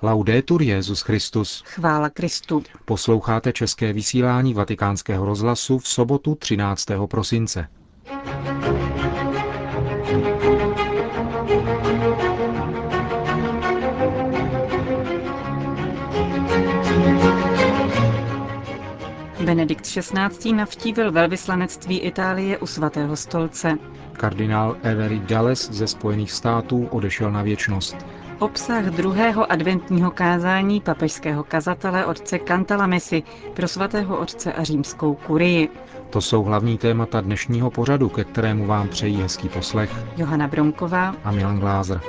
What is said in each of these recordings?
Laudetur Jesus Christus. Chvála Kristu. Posloucháte české vysílání Vatikánského rozhlasu v sobotu 13. prosince. Benedikt XVI. Navštívil velvyslanectví Itálie u Svatého stolce. Kardinál Avery Dulles ze Spojených států odešel na věčnost. Obsah druhého adventního kázání papežského kazatele otce Cantalamessy pro Svatého otce a římskou kurii. To jsou hlavní témata dnešního pořadu, ke kterému vám přejí hezký poslech Johana Bromková a Milan Glázer.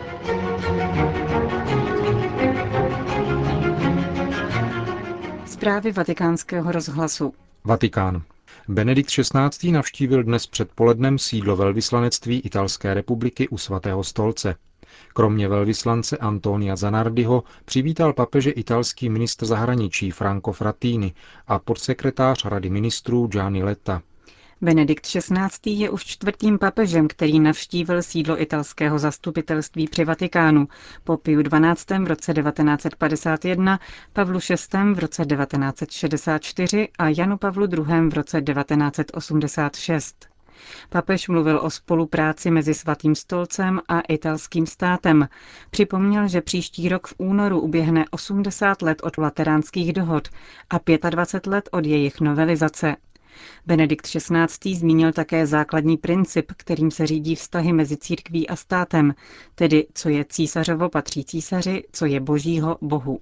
Zprávy Vatikánského rozhlasu. Vatikán. Benedikt XVI. Navštívil dnes předpolednem sídlo velvyslanectví Italské republiky u Svatého stolce. Kromě velvyslance Antonia Zanardiho přivítal papeže italský ministr zahraničí Franco Frattini a podsekretář Rady ministrů Gianni Letta. Benedikt XVI. Je už čtvrtým papežem, který navštívil sídlo italského zastupitelství při Vatikánu. Po Piu XII. V roce 1951, Pavlu VI. V roce 1964 a Janu Pavlu II. V roce 1986. Papež mluvil o spolupráci mezi Svatým stolcem a italským státem. Připomněl, že příští rok v únoru uběhne 80 let od lateránských dohod a 25 let od jejich novelizace. Benedikt XVI. Zmínil také základní princip, kterým se řídí vztahy mezi církví a státem, tedy co je císařovo patří císaři, co je božího Bohu.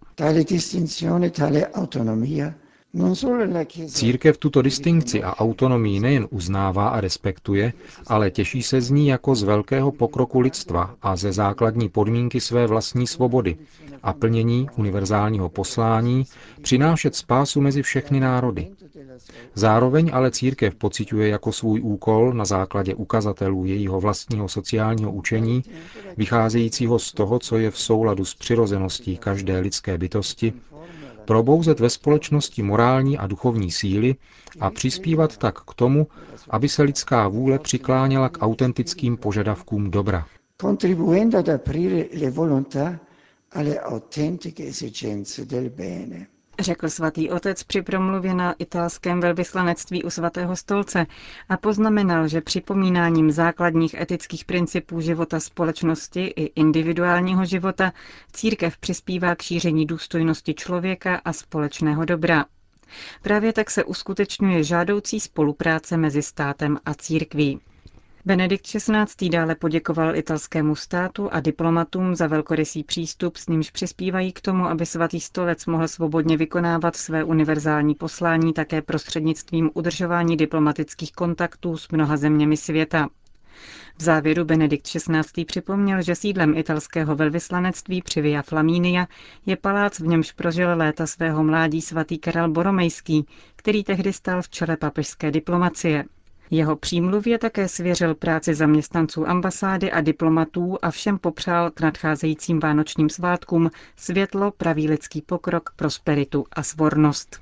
Církev tuto distinkci a autonomii nejen uznává a respektuje, ale těší se z ní jako z velkého pokroku lidstva a ze základní podmínky své vlastní svobody a plnění univerzálního poslání přinášet spásu mezi všechny národy. Zároveň ale církev pociťuje jako svůj úkol na základě ukazatelů jejího vlastního sociálního učení, vycházejícího z toho, co je v souladu s přirozeností každé lidské bytosti, probouzet ve společnosti morální a duchovní síly a přispívat tak k tomu, aby se lidská vůle přikláněla k autentickým požadavkům dobra. Contribuendo ad aprire le volontà alle autentiche esigenze del bene. Řekl svatý otec při promluvě na italském velvyslanectví u Svatého stolce a poznamenal, že připomínáním základních etických principů života společnosti i individuálního života církev přispívá k šíření důstojnosti člověka a společného dobra. Právě tak se uskutečňuje žádoucí spolupráce mezi státem a církví. Benedikt XVI. Dále poděkoval italskému státu a diplomatům za velkorysý přístup, s nímž přispívají k tomu, aby Svatý stolec mohl svobodně vykonávat své univerzální poslání také prostřednictvím udržování diplomatických kontaktů s mnoha zeměmi světa. V závěru Benedikt XVI. Připomněl, že sídlem italského velvyslanectví při Via Flaminia je palác, v němž prožil léta svého mládí svatý Karel Boromejský, který tehdy stál v čele papežské diplomacie. Jeho přímluvě také svěřil práci zaměstnanců ambasády a diplomatů a všem popřál k nadcházejícím vánočním svátkům světlo, pravý lidský pokrok, prosperitu a svornost.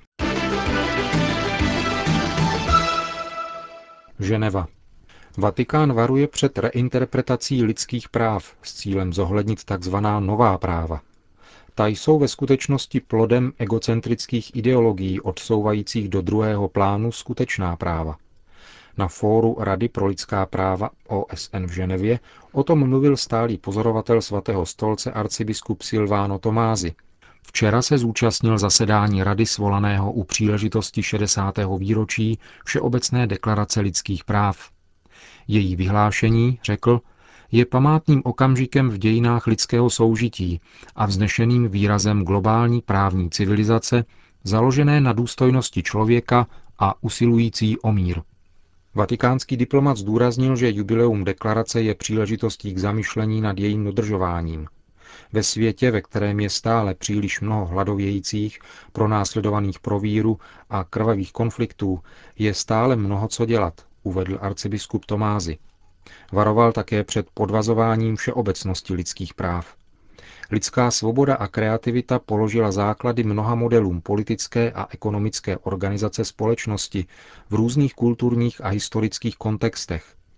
Ženeva. Vatikán varuje před reinterpretací lidských práv s cílem zohlednit tzv. Nová práva. Ta jsou ve skutečnosti plodem egocentrických ideologií odsouvajících do druhého plánu skutečná práva. Na fóru Rady pro lidská práva OSN v Ženevě o tom mluvil stálý pozorovatel Svatého stolce arcibiskup Silvano Tomási. Včera se zúčastnil zasedání Rady svolaného u příležitosti 60. výročí Všeobecné deklarace lidských práv. Její vyhlášení, řekl, je památným okamžikem v dějinách lidského soužití a vznešeným výrazem globální právní civilizace, založené na důstojnosti člověka a usilující o mír. Vatikánský diplomat zdůraznil, že jubileum deklarace je příležitostí k zamyšlení nad jejím dodržováním. Ve světě, ve kterém je stále příliš mnoho hladovějících, pronásledovaných pro víru a krvavých konfliktů, je stále mnoho co dělat, uvedl arcibiskup Tomási. Varoval také před podvazováním všeobecnosti lidských práv. Lidská svoboda a kreativita položila základy mnoha modelům politické a ekonomické organizace společnosti v různých kulturních a historických kontextech.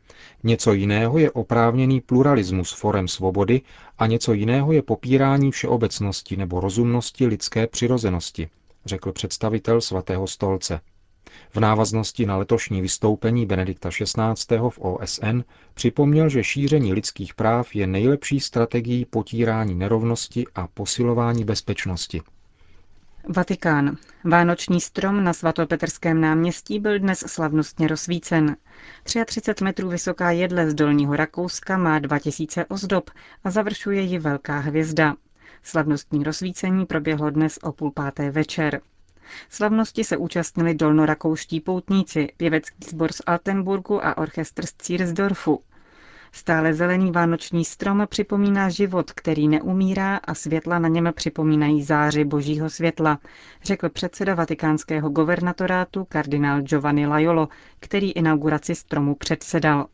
Něco jiného je oprávněný pluralismus forem svobody a něco jiného je popírání všeobecnosti nebo rozumnosti lidské přirozenosti, řekl představitel Svatého stolce. V návaznosti na letošní vystoupení Benedikta XVI. V OSN připomněl, že šíření lidských práv je nejlepší strategií potírání nerovnosti a posilování bezpečnosti. Vatikán. Vánoční strom na svatopetrském náměstí byl dnes slavnostně rozsvícen. 33 metrů vysoká jedle z Dolního Rakouska má 2000 ozdob a završuje ji velká hvězda. Slavnostní rozsvícení proběhlo dnes o 5:30 večer. Slavnosti se účastnili dolnorakouští poutníci, pěvecký sbor z Altenburgu a orchestr z Ziersdorfu. Stále zelený vánoční strom připomíná život, který neumírá a světla na něm připomínají záři božího světla, řekl předseda vatikánského guvernatorátu kardinál Giovanni Laiolo, který inauguraci stromu předsedal.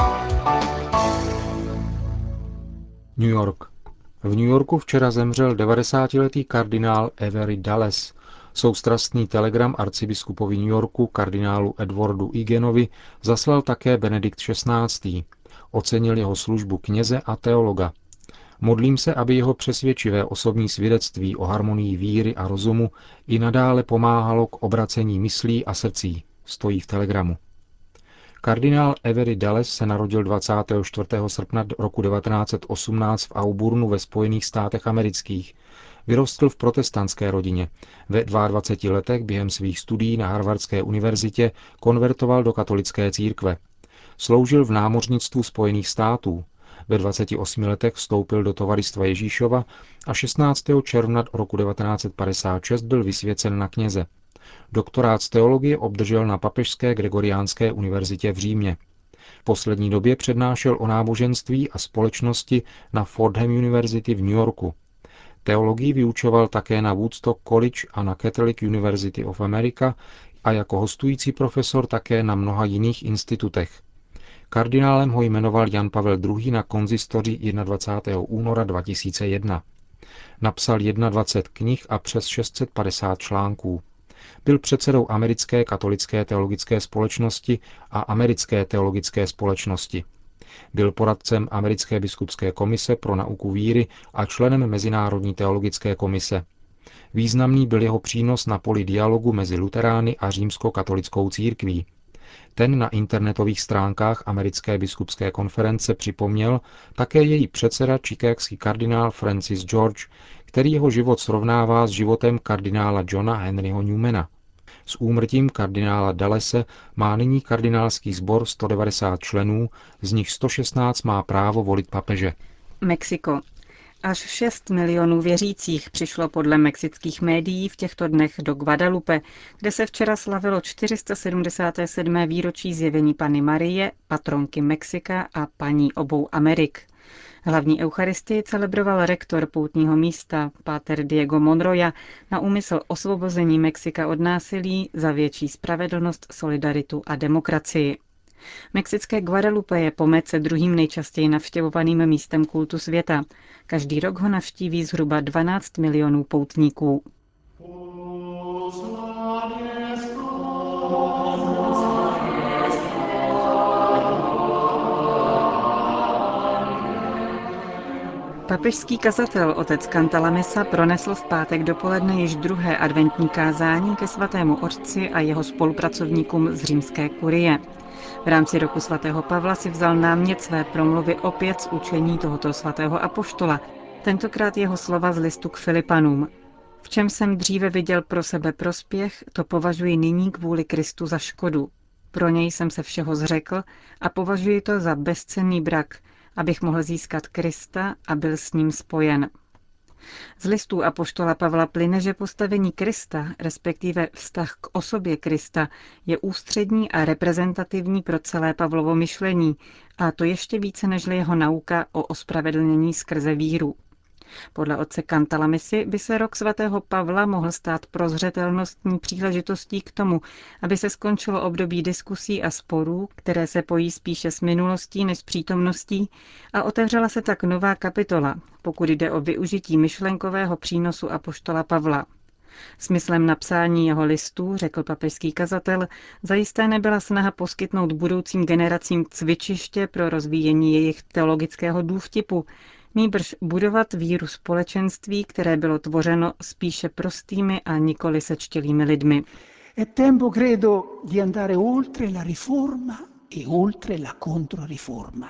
New York. V New Yorku včera zemřel 90letý kardinál Avery Dulles. Soustrastný telegram arcibiskupovi New Yorku kardinálu Edwardu Eugenovi zaslal také Benedikt XVI. Ocenil jeho službu kněze a teologa. Modlím se, aby jeho přesvědčivé osobní svědectví o harmonii víry a rozumu i nadále pomáhalo k obracení myslí a srdcí, stojí v telegramu. Kardinál Avery Dulles se narodil 24. srpna roku 1918 v Auburnu ve Spojených státech amerických. Vyrostl v protestantské rodině. Ve 22 letech během svých studií na Harvardské univerzitě konvertoval do katolické církve. Sloužil v námořnictvu Spojených států. Ve 28 letech vstoupil do Tovaristva Ježíšova a 16. června roku 1956 byl vysvěcen na kněze. Doktorát z teologie obdržel na Papežské Gregoriánské univerzitě v Římě. V poslední době přednášel o náboženství a společnosti na Fordham University v New Yorku. Teologii vyučoval také na Woodstock College a na Catholic University of America a jako hostující profesor také na mnoha jiných institutech. Kardinálem ho jmenoval Jan Pavel II. Na konzistoři 21. února 2001. Napsal 21 knih a přes 650 článků. Byl předsedou Americké katolické teologické společnosti a Americké teologické společnosti. Byl poradcem Americké biskupské komise pro nauku víry a členem Mezinárodní teologické komise. Významný byl jeho přínos na poli dialogu mezi luterány a římskokatolickou církví. Ten na internetových stránkách Americké biskupské konference připomněl také její předseda chicagský kardinál Francis George, který jeho život srovnává s životem kardinála Johna Henryho Newmana. S úmrtím kardinála Dullese má nyní kardinálský sbor 190 členů, z nich 116 má právo volit papeže. Mexiko. Až 6 milionů věřících přišlo podle mexických médií v těchto dnech do Guadalupe, kde se včera slavilo 477. výročí zjevení Panny Marie, patronky Mexika a paní obou Amerik. Hlavní eucharistii celebroval rektor poutního místa, páter Diego Monroya, na úmysl osvobození Mexika od násilí za větší spravedlnost, solidaritu a demokracii. Mexické Guadalupe je po Mece druhým nejčastěji navštěvovaným místem kultu světa. Každý rok ho navštíví zhruba 12 milionů poutníků. Papežský kazatel otec Cantalamessa pronesl v pátek dopoledne již druhé adventní kázání ke svatému otci a jeho spolupracovníkům z římské kurie. V rámci roku svatého Pavla si vzal námět své promluvy opět z učení tohoto svatého apoštola, tentokrát jeho slova z listu k Filipanům. V čem jsem dříve viděl pro sebe prospěch, to považuji nyní kvůli Kristu za škodu. Pro něj jsem se všeho zřekl a považuji to za bezcenný brak, abych mohl získat Krista a byl s ním spojen. Z listů apoštola Pavla plyne, že postavení Krista, respektive vztah k osobě Krista, je ústřední a reprezentativní pro celé Pavlovo myšlení, a to ještě více nežli jeho nauka o ospravedlnění skrze víru. Podle otce Cantalamessy by se rok svatého Pavla mohl stát prozřetelnostní příležitostí k tomu, aby se skončilo období diskusí a sporů, které se pojí spíše s minulostí než s přítomností, a otevřela se tak nová kapitola, pokud jde o využití myšlenkového přínosu apoštola Pavla. Smyslem napsání jeho listů, řekl papežský kazatel, zajisté nebyla snaha poskytnout budoucím generacím cvičiště pro rozvíjení jejich teologického důvtipu, nýbrž budovat víru společenství, které bylo tvořeno spíše prostými a nikoli sečtělými lidmi. È tempo, credo, di andare oltre la riforma e oltre la controriforma.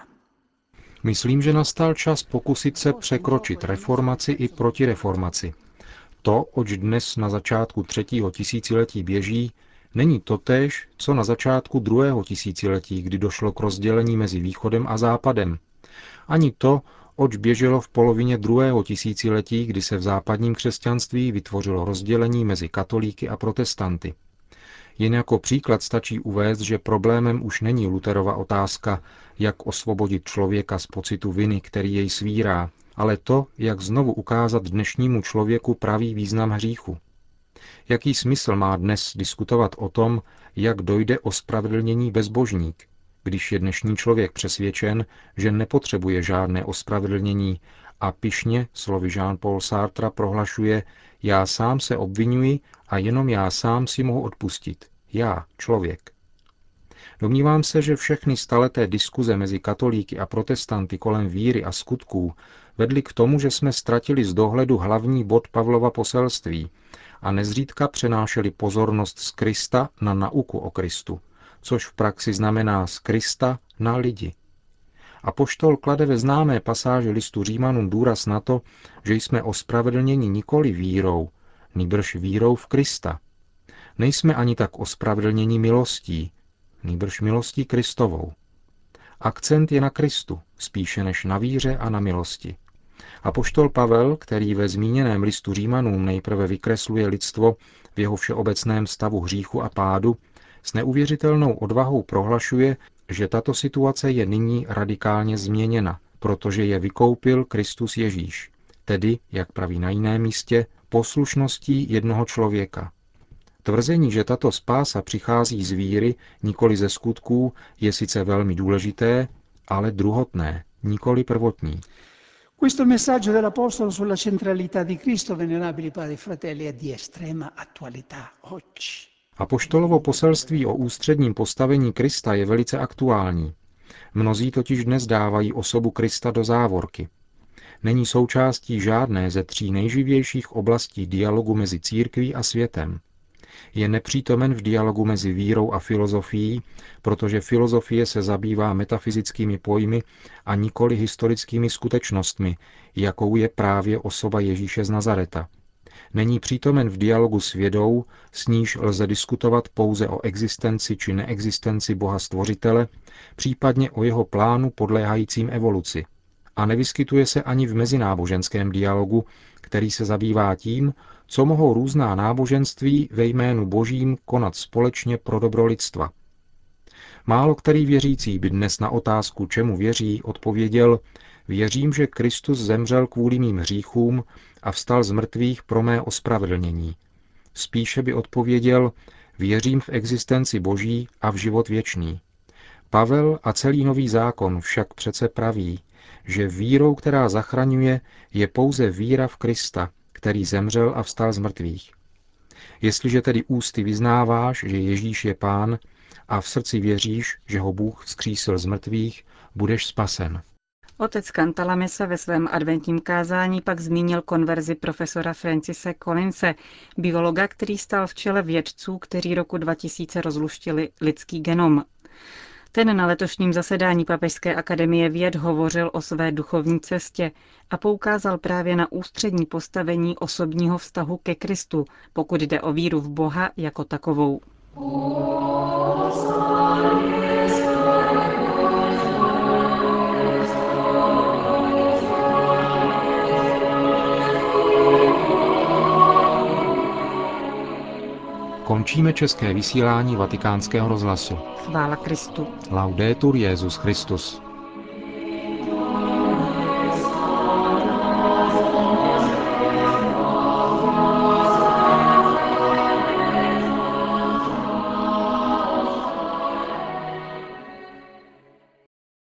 Myslím, že nastal čas pokusit se překročit reformaci i protireformaci. To, oč dnes na začátku 3. tisíciletí běží, není totéž, co na začátku 2. tisíciletí, kdy došlo k rozdělení mezi východem a západem. Ani to, oč běželo v polovině 2. tisíciletí, kdy se v západním křesťanství vytvořilo rozdělení mezi katolíky a protestanty. Jen jako příklad stačí uvést, že problémem už není Lutherova otázka, jak osvobodit člověka z pocitu viny, který jej svírá, ale to, jak znovu ukázat dnešnímu člověku pravý význam hříchu. Jaký smysl má dnes diskutovat o tom, jak dojde ospravedlnění bezbožník, když je dnešní člověk přesvědčen, že nepotřebuje žádné ospravedlnění a pyšně, slovy Jean-Paul Sartre, prohlašuje: já sám se obviňuji a jenom já sám si mohu odpustit. Já, člověk. Domnívám se, že všechny staleté diskuze mezi katolíky a protestanty kolem víry a skutků vedly k tomu, že jsme ztratili z dohledu hlavní bod Pavlova poselství a nezřídka přenášeli pozornost z Krista na nauku o Kristu, což v praxi znamená z Krista na lidi. Apoštol klade ve známé pasáži listu Římanům důraz na to, že jsme ospravedlněni nikoli vírou, nýbrž vírou v Krista. Nejsme ani tak ospravedlněni milostí, nýbrž milostí Kristovou. Akcent je na Kristu, spíše než na víře a na milosti. Apoštol Pavel, který ve zmíněném listu Římanům nejprve vykresluje lidstvo v jeho všeobecném stavu hříchu a pádu, s neuvěřitelnou odvahou prohlašuje, že tato situace je nyní radikálně změněna, protože je vykoupil Kristus Ježíš, tedy, jak praví na jiném místě, poslušností jednoho člověka. Tvrzení, že tato spása přichází z víry, nikoli ze skutků, je sice velmi důležité, ale druhotné, nikoli prvotní. Questo messaggio dell'Apostolo sulla centralità di Cristo, venerabili padri e fratelli, è di estrema attualità oggi. Apoštolovo poselství o ústředním postavení Krista je velice aktuální. Mnozí totiž dnes dávají osobu Krista do závorky. Není součástí žádné ze 3 nejživějších oblastí dialogu mezi církví a světem. Je nepřítomen v dialogu mezi vírou a filozofií, protože filozofie se zabývá metafyzickými pojmy a nikoli historickými skutečnostmi, jakou je právě osoba Ježíše z Nazareta. Není přítomen v dialogu s vědou, s níž lze diskutovat pouze o existenci či neexistenci Boha Stvořitele, případně o jeho plánu podléhajícím evoluci. A nevyskytuje se ani v mezináboženském dialogu, který se zabývá tím, co mohou různá náboženství ve jménu Božím konat společně pro dobro lidstva. Málo který věřící by dnes na otázku, čemu věří, odpověděl: věřím, že Kristus zemřel kvůli mým hříchům a vstal z mrtvých pro mé ospravedlnění. Spíše by odpověděl: věřím v existenci Boží a v život věčný. Pavel a celý Nový zákon však přece praví, že vírou, která zachraňuje, je pouze víra v Krista, který zemřel a vstal z mrtvých. Jestliže tedy ústy vyznáváš, že Ježíš je Pán, a v srdci věříš, že ho Bůh vzkřísil z mrtvých, budeš spasen. Otec Cantalamessa ve svém adventním kázání pak zmínil konverzi profesora Francise Collinse, biologa, který stál v čele vědců, kteří roku 2000 rozluštili lidský genom. Ten na letošním zasedání Papežské akademie věd hovořil o své duchovní cestě a poukázal právě na ústřední postavení osobního vztahu ke Kristu, pokud jde o víru v Boha jako takovou. Končíme české vysílání Vatikánského rozhlasu. Chvála Kristu. Laudetur Jesus Christus.